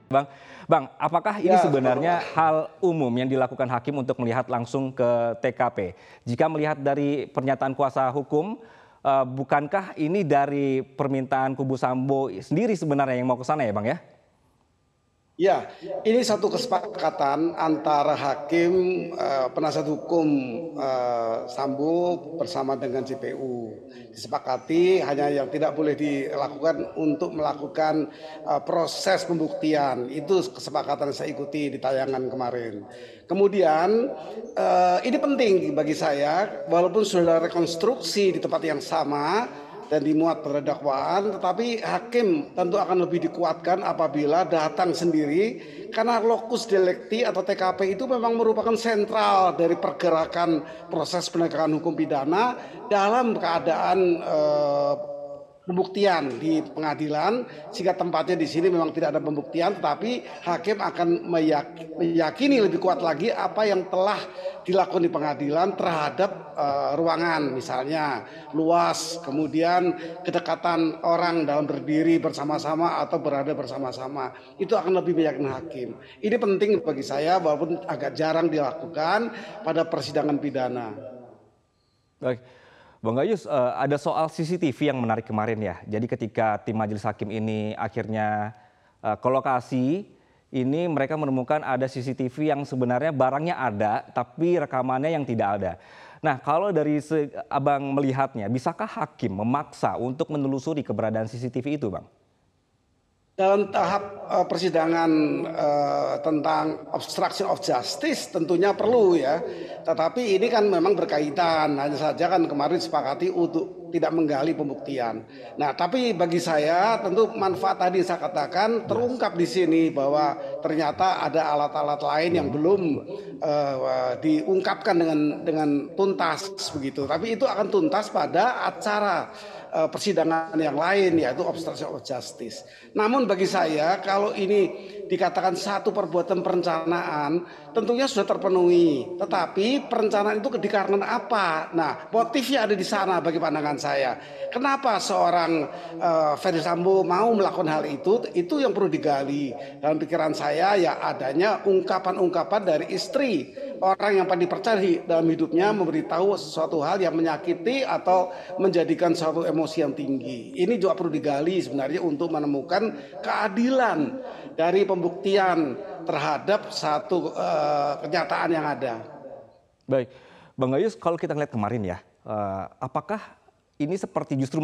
Bang, Bang, apakah ini Ya, sebenarnya hal umum yang dilakukan hakim untuk melihat langsung ke TKP? Jika melihat dari pernyataan kuasa hukum, bukankah ini dari permintaan kubu Sambo sendiri sebenarnya yang mau ke sana ya, Bang ya? ya, ini satu kesepakatan antara hakim, penasihat hukum Sambo bersama dengan JPU. Disepakati hanya yang tidak boleh dilakukan untuk melakukan proses pembuktian. Itu kesepakatan yang saya ikuti di tayangan kemarin. Kemudian ini penting bagi saya, walaupun sudah rekonstruksi di tempat yang sama dan dimuat pada dakwaan, tetapi hakim tentu akan lebih dikuatkan apabila datang sendiri karena lokus delikti atau TKP itu memang merupakan sentral dari pergerakan proses penegakan hukum pidana dalam keadaan pembuktian di pengadilan, sehingga tempatnya di sini memang tidak ada pembuktian, tetapi hakim akan meyakini lebih kuat lagi apa yang telah dilakukan di pengadilan terhadap ruangan, misalnya luas, kemudian kedekatan orang dalam berdiri bersama-sama atau berada bersama-sama, itu akan lebih meyakinkan hakim. Ini penting bagi saya walaupun agak jarang dilakukan pada persidangan pidana. Baik. Bang Gayus, ada soal CCTV yang menarik kemarin ya. Jadi ketika tim majelis hakim ini akhirnya ke lokasi, ini mereka menemukan ada CCTV yang sebenarnya barangnya ada, tapi rekamannya yang tidak ada. Nah, kalau dari Abang melihatnya, bisakah hakim memaksa untuk menelusuri keberadaan CCTV itu, Bang? Dalam tahap persidangan tentang obstruction of justice tentunya perlu ya. Tetapi ini kan memang berkaitan, hanya saja kan kemarin sepakati untuk tidak menggali pembuktian. Nah, tapi bagi saya tentu manfaat tadi saya katakan terungkap di sini bahwa ternyata ada alat-alat lain yang belum diungkapkan dengan tuntas begitu. Tapi itu akan tuntas pada acara persidangan yang lain, yaitu obstruction of justice. Namun bagi saya kalau ini dikatakan satu perbuatan perencanaan tentunya sudah terpenuhi. Tetapi perencanaan itu dikarenakan apa? Nah, motifnya ada di sana bagi pandangan saya. Kenapa seorang Ferdy Sambo mau melakukan hal itu? Itu yang perlu digali. Dalam pikiran saya ya adanya ungkapan-ungkapan dari istri orang yang dipercaya dalam hidupnya memberitahu sesuatu hal yang menyakiti atau menjadikan suatu emosi yang tinggi. Ini juga perlu digali sebenarnya untuk menemukan keadilan dari pembuktian terhadap satu kenyataan yang ada. Baik, Bang Gayus, kalau kita lihat kemarin ya, apakah ini seperti justru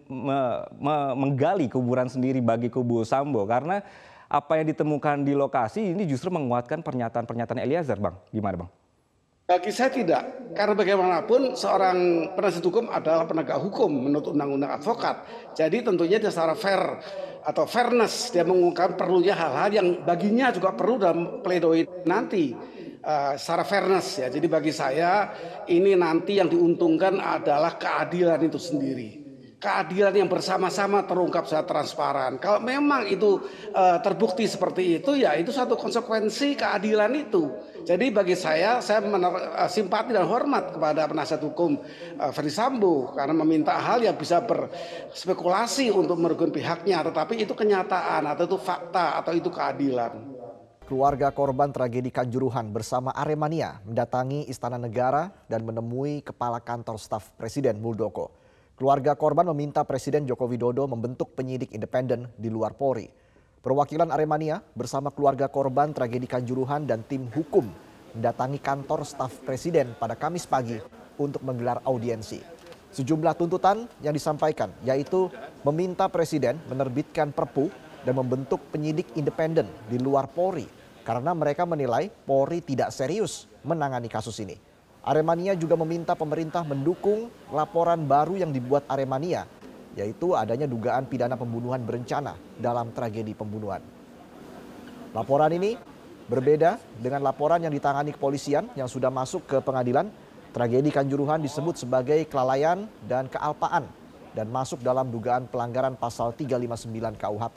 menggali kuburan sendiri bagi kubu Sambo? Karena apa yang ditemukan di lokasi ini justru menguatkan pernyataan-pernyataan Eliezer, Bang. Gimana, Bang? Bagi saya tidak, karena bagaimanapun seorang penasihat hukum adalah penegak hukum menurut undang-undang advokat. Jadi tentunya dia secara fair atau fairness dia mengungkap perlunya hal-hal yang baginya juga perlu dalam pledoi nanti. Secara fairness ya. Jadi bagi saya ini nanti yang diuntungkan adalah keadilan itu sendiri. Keadilan yang bersama-sama terungkap secara transparan. Kalau memang itu terbukti seperti itu, ya itu satu konsekuensi keadilan itu. Jadi bagi saya simpati dan hormat kepada penasihat hukum Ferdy Sambo karena meminta hal yang bisa berspekulasi untuk merugikan pihaknya, tetapi itu kenyataan atau itu fakta atau itu keadilan. Keluarga korban tragedi Kanjuruhan bersama Aremania mendatangi Istana Negara dan menemui Kepala Kantor Staf Presiden Muldoko. Keluarga korban meminta Presiden Joko Widodo membentuk penyidik independen di luar Polri. Perwakilan Aremania bersama keluarga korban tragedi Kanjuruhan dan tim hukum mendatangi kantor staf Presiden pada Kamis pagi untuk menggelar audiensi. Sejumlah tuntutan yang disampaikan yaitu meminta Presiden menerbitkan Perpu dan membentuk penyidik independen di luar Polri karena mereka menilai Polri tidak serius menangani kasus ini. Aremania juga meminta pemerintah mendukung laporan baru yang dibuat Aremania, yaitu adanya dugaan pidana pembunuhan berencana dalam tragedi pembunuhan. Laporan ini berbeda dengan laporan yang ditangani kepolisian yang sudah masuk ke pengadilan. Tragedi Kanjuruhan disebut sebagai kelalaian dan kealpaan dan masuk dalam dugaan pelanggaran pasal 359 KUHP.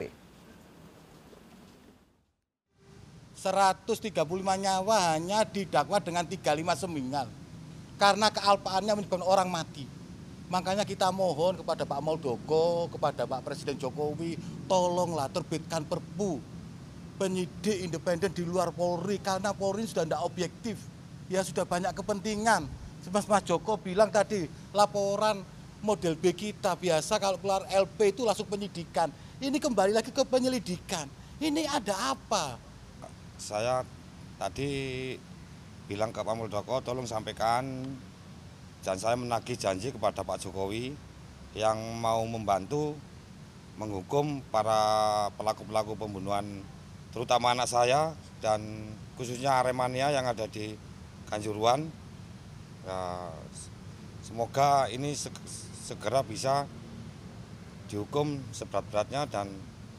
135 nyawa hanya didakwa dengan 359 karena kealpaannya menyebabkan orang mati. Makanya kita mohon kepada Pak Muldoko, kepada Pak Presiden Jokowi, tolonglah terbitkan Perpu penyidik independen di luar Polri, karena Polri sudah tidak objektif, ya sudah banyak kepentingan. Mas Joko bilang tadi, laporan model B kita biasa kalau keluar LP itu langsung penyidikan. Ini kembali lagi ke penyelidikan. Ini ada apa? Saya tadi bilang ke Pak Muldoko, tolong sampaikan, dan saya menagih janji kepada Pak Jokowi yang mau membantu menghukum para pelaku-pelaku pembunuhan, terutama anak saya dan khususnya Aremania yang ada di Kanjuruhan. Ya, semoga ini segera bisa dihukum seberat-beratnya dan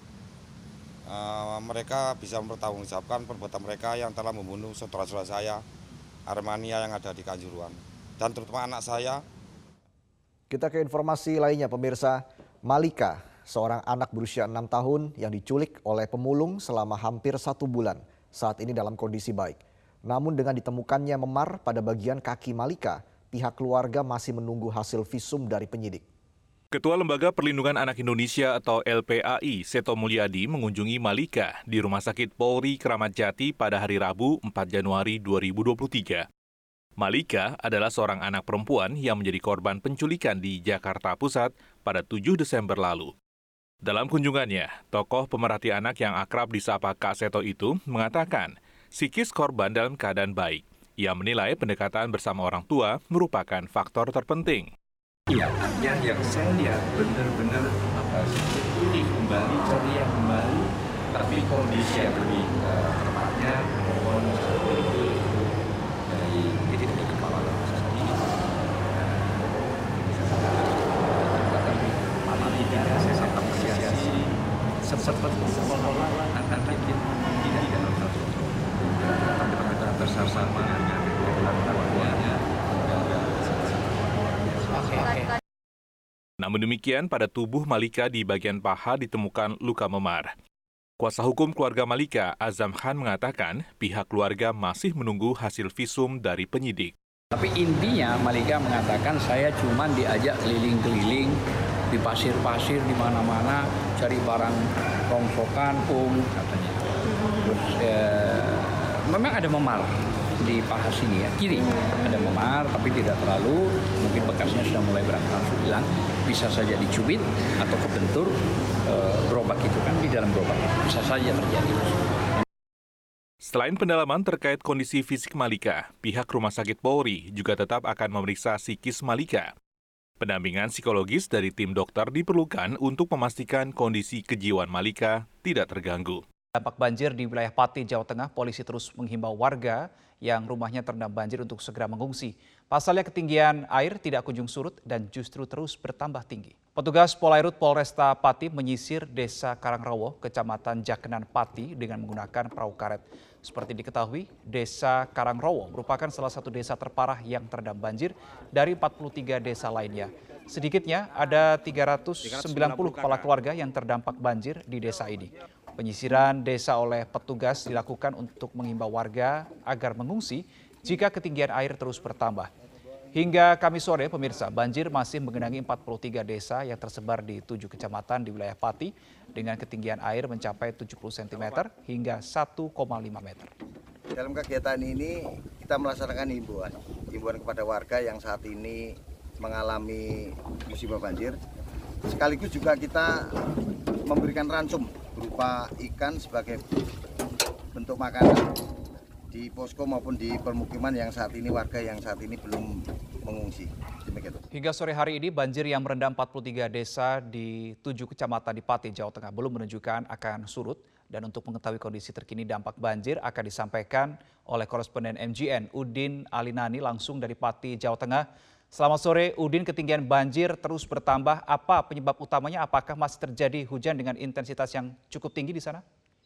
mereka bisa mempertanggungjawabkan perbuatan mereka yang telah membunuh saudara-saudara saya Aremania yang ada di Kanjuruhan dan terutama anak saya. Kita ke informasi lainnya pemirsa. Malika, seorang anak berusia 6 tahun yang diculik oleh pemulung selama hampir 1 bulan, saat ini dalam kondisi baik. Namun dengan ditemukannya memar pada bagian kaki Malika, pihak keluarga masih menunggu hasil visum dari penyidik. Ketua Lembaga Perlindungan Anak Indonesia atau LPAI, Seto Mulyadi mengunjungi Malika di Rumah Sakit Polri Kramat Jati pada hari Rabu 4 Januari 2023. Malika adalah seorang anak perempuan yang menjadi korban penculikan di Jakarta Pusat pada 7 Desember lalu. Dalam kunjungannya, tokoh pemerhati anak yang akrab disapa Kak Seto itu mengatakan psikis korban dalam keadaan baik. Ia menilai pendekatan bersama orang tua merupakan faktor terpenting. Iya, yang saya lihat benar-benar pulih kembali, ceria kembali, tapi kondisi yang lebih tepatnya mohon itu dari jadi dari kepala tadi malam ini saya sangat apresiasi seperti seolah-olah anak kita tidak dalam satu pendekatan bersama dengan keluarganya. Namun demikian, pada tubuh Malika di bagian paha ditemukan luka memar. Kuasa hukum keluarga Malika, Azam Khan, mengatakan pihak keluarga masih menunggu hasil visum dari penyidik. Tapi intinya Malika mengatakan saya cuma diajak keliling-keliling di pasir-pasir di mana-mana cari barang rongsokan, katanya. Terus memang ada memar di paha sini ya, kiri ada memar tapi tidak terlalu, mungkin bekasnya sudah mulai berangsur hilang, bisa saja dicubit atau kebentur gerobak itu kan di dalam gerobak bisa saja terjadi. Selain pendalaman terkait kondisi fisik Malika, pihak Rumah Sakit Polri juga tetap akan memeriksa psikis Malika. Pendampingan psikologis dari tim dokter diperlukan untuk memastikan kondisi kejiwaan Malika tidak terganggu. Dampak banjir di wilayah Pati, Jawa Tengah, polisi terus menghimbau warga yang rumahnya terendam banjir untuk segera mengungsi. Pasalnya ketinggian air tidak kunjung surut dan justru terus bertambah tinggi. Petugas Polairut Polresta Pati menyisir Desa Karangrowo, Kecamatan Jakenan Pati dengan menggunakan perahu karet. Seperti diketahui, Desa Karangrowo merupakan salah satu desa terparah yang terendam banjir dari 43 desa lainnya. Sedikitnya ada 390 kepala keluarga yang terdampak banjir di desa ini. Penyisiran desa oleh petugas dilakukan untuk mengimbau warga agar mengungsi jika ketinggian air terus bertambah. Hingga Kamis sore, pemirsa, banjir masih menggenangi 43 desa yang tersebar di 7 kecamatan di wilayah Pati dengan ketinggian air mencapai 70 cm hingga 1,5 meter. Dalam kegiatan ini kita melaksanakan himbauan kepada warga yang saat ini mengalami musibah banjir. Sekaligus juga kita memberikan ransum berupa ikan sebagai bentuk makanan di posko maupun di permukiman yang saat ini warga yang saat ini belum mengungsi. Demikian. Hingga sore hari ini banjir yang merendam 43 desa di 7 kecamatan di Pati, Jawa Tengah belum menunjukkan akan surut. Dan untuk mengetahui kondisi terkini dampak banjir akan disampaikan oleh koresponden MGN Udin Alinani langsung dari Pati, Jawa Tengah. Selamat sore Udin, ketinggian banjir terus bertambah. Apa penyebab utamanya? Apakah masih terjadi hujan dengan intensitas yang cukup tinggi di sana?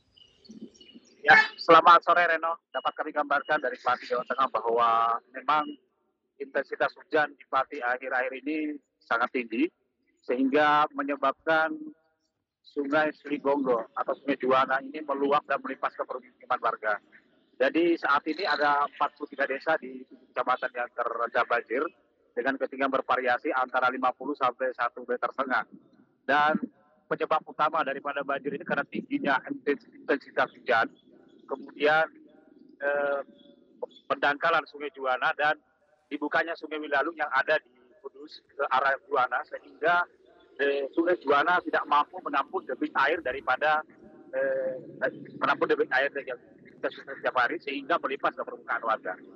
Ya, selamat sore Reno. Dapat kami gambarkan dari Pati, Jawa Tengah bahwa memang intensitas hujan di Pati akhir-akhir ini sangat tinggi sehingga menyebabkan Sungai Sligonggo atau Sungai Juwana ini meluap dan melimpah ke permukiman warga. Jadi saat ini ada 43 desa di kecamatan yang terendam banjir dengan ketinggian bervariasi antara 50 sampai 1,5 meter. Dan penyebab utama daripada banjir ini karena tingginya intensitas hujan, kemudian pendangkalan Sungai Juwana dan dibukanya Sungai Wilalung yang ada di Kudus ke arah Juwana, sehingga Sungai Juwana tidak mampu menampung debit air daripada yang kita setiap hari, sehingga melimpah ke permukaan warga.